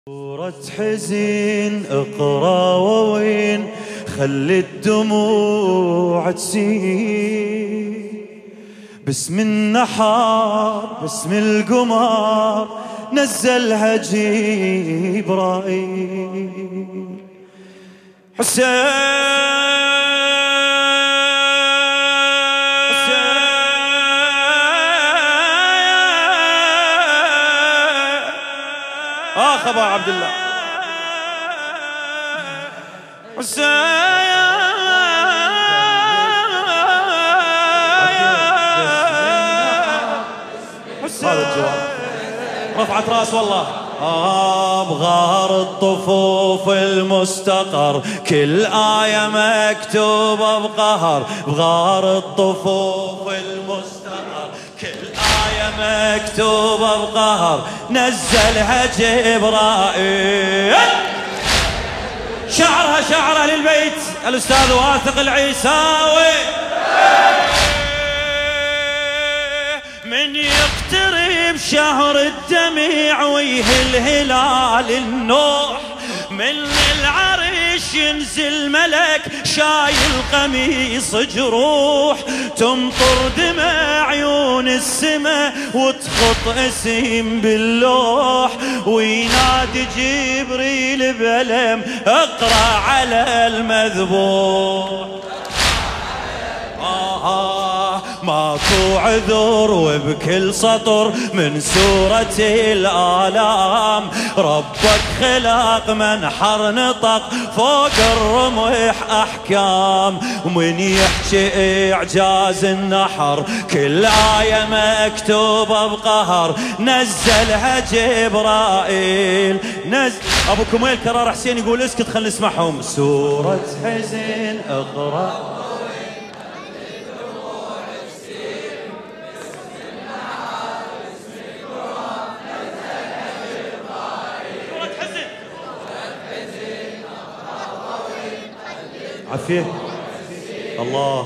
سورة حزين اقرا ووين، خلي الدموع تسيل. باسم النحار باسم القمر نزلها جبرائيل. حسين ابا عبد الله حسين رفعت راس والله. بغار الطفوف المستقر كل آية مكتوبة بقهر. بغار الطفوف المستقر كل آية مكتوبة بقهر نزلها جبرائيل. شعرها للبيت الأستاذ واثق العيساوي. من يقترب شهر الدمع ويهل هلال النوح، من العرش ينزل ملك شايل قميص جروح، تمطر دمع عيون السما وتخط اسم باللوح، وينادي جبريل بألم اقرأ على المذبوح. ماكو عذر وبكل سطر من سورة الآلام ربك خلق منحر نطق فوق الرمح أحكام. ومن يحكي إعجاز النحر كل آية مكتوبة بقهر نزلها جبرائيل. أبو كميل كرار حسين يقول اسكت خلي نسمعهم. سورة حزين اقرأ عفيه الله.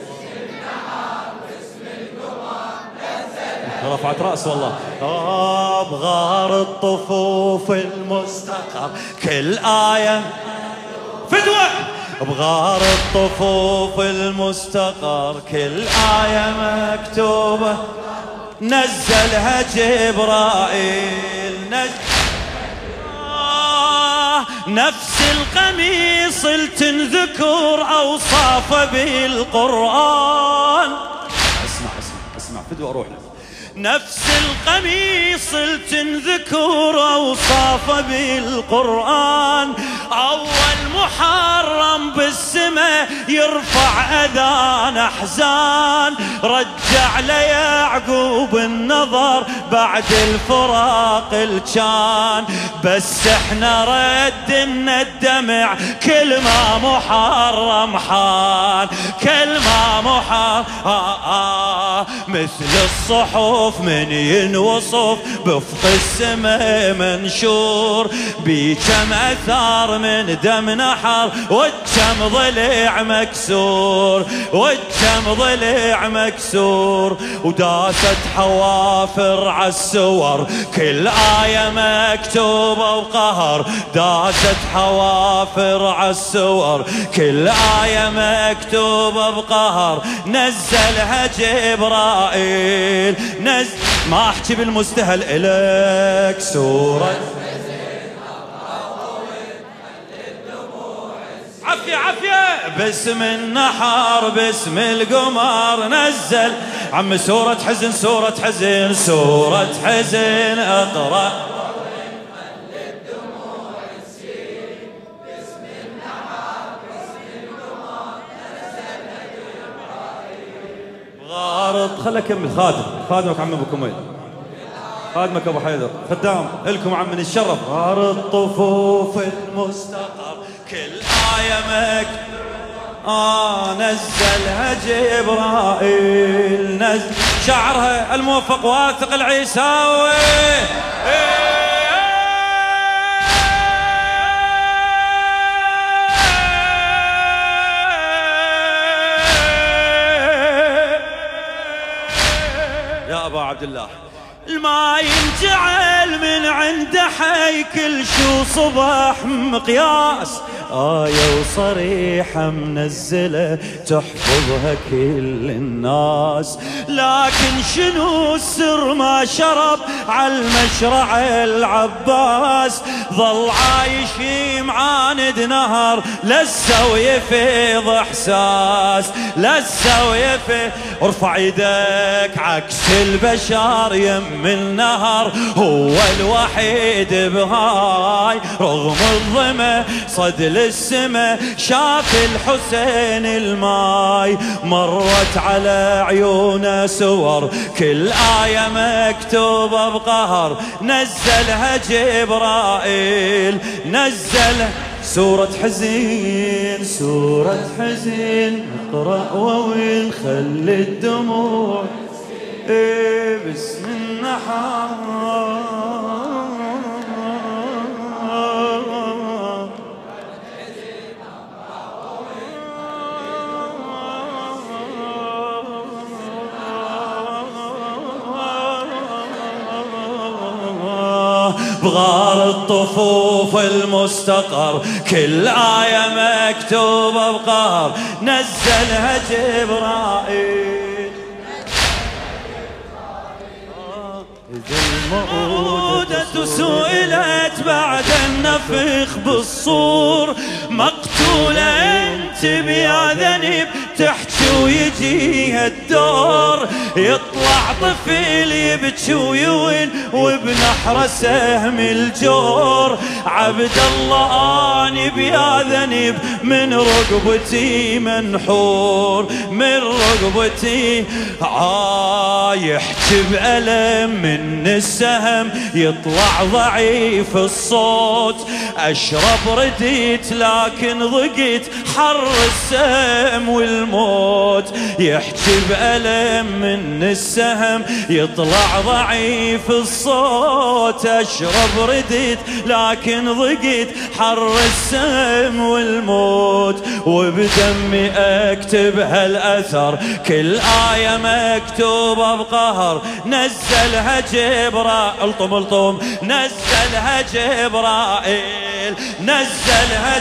رفعت رأس والله. بغار الطفوف المستقر كل آية فدوة. بغار الطفوف المستقر كل آية مكتوبة نزلها جبرائيل. نفس القميص تنذكر أوصافه بالقرآن. اسمع فدوى أروح له. نفس القميص تنذكر أوصافه بالقرآن. أول محرم بالسماء يرفع أذان أحزان، رجع ليعقوب النظر بعد الفراق الكان. بس احنا ردنا الدمع كل ما محرم حان، كل ما محرم مثل الصحف من ينوصف بفق السماء منشور، بكم أثار من دم نحر وكم ضلع مكسور، وكم ضلع مكسور. وداست حوافر عالسور كل آية مكتوبة وقهر. داست حوافر عالسور كل آية مكتوبة بقهر نزلها جبرائيل. ما احكي بالمستهل إلك سورة عفية باسم النحر باسم القمر نزل. عم سورة حزن سورة حزن سورة حزن اقرأ. غارط خلنا كمل. خادمك عم ابو كميل، خادمك ابو حيدر، خدام لكم عم من الشرف. غار الطفوف المستقر كل آية نزلها جبرائيل. شعرها الموفق واثق العيساوي. يا أبا عبد الله الماء ينجعل نزل من عند حي كل شو صبح مقياس، آية وصريحة منزلة تحفظها كل الناس. لكن شنو السر ما شرب عالمشرع العباس، ظل عايش معاند نهر لسه ويفيض احساس، لسه ويفيض. ارفع يدك عكس البشر يم النهر، هو الوحيد بهاي رغم الظما صد للسما شاف الحسين الماي. مرت على عيونه سور كل آية مكتوبة بقهر، نزلها جبرائيل نزلها. سورة حزين سورة حزين اقرأ وويل خلي الدموع باسم النحار. بغار الطفوف المستقر كل آية مكتوبة بقهر، نزلها جبرائيل. إذا الموءودة سئلت بعد النفخ بالصور، مقتولة انت بيا ذنب تحكي ويجيها الدور، يطلع طفل يبكي ويوين وبنحر سهم الجور. عبد الله اني بيا ذنب من رقبتي منحور، من رقبتي يحكي بألم من السهم يطلع ضعيف الصوت. اشرب رديت لكن ضقت حر السهم والموت، يحكي بألم من السهم يطلع ضعيف الصوت. اشرب رديت لكن ضقت حر السهم والموت، وبدمي اكتب هالاثر كل آية مكتوبة بقهر، نزلها جبرائيل. الطم الطم نزلها جبرائيل نزلها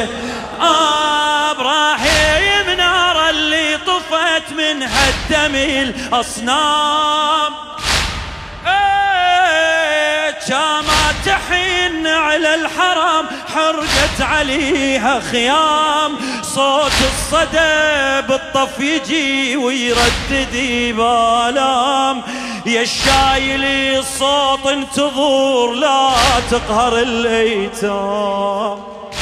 ابراهيم نار اللي طفت منها الدم الاصنام، كما تحن على الحرم حرقت عليها خيام. صوت الصدى بالطف يجي ويردد بالام، يا الشايل الصوت انتظر لا تقهر الايتام.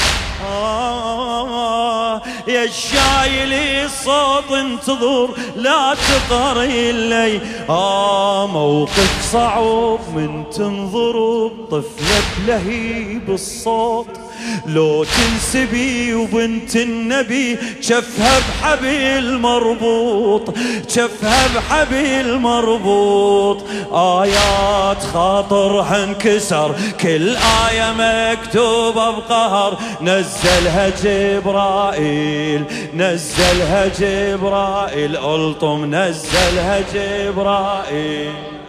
يا الشايل الصوت انتظر لا تقهر اللي. موقف صعب من تنظر بطفلة لهيب الصوت، لو تنسبي وبنت النبي شفها بحبل مربوط، شفها بحبل مربوط. آيات خاطرها انكسر كل آية مكتوبة بقهر، نزلها جبرائيل نزلها جبرائيل. الطم نزلها جبرائيل.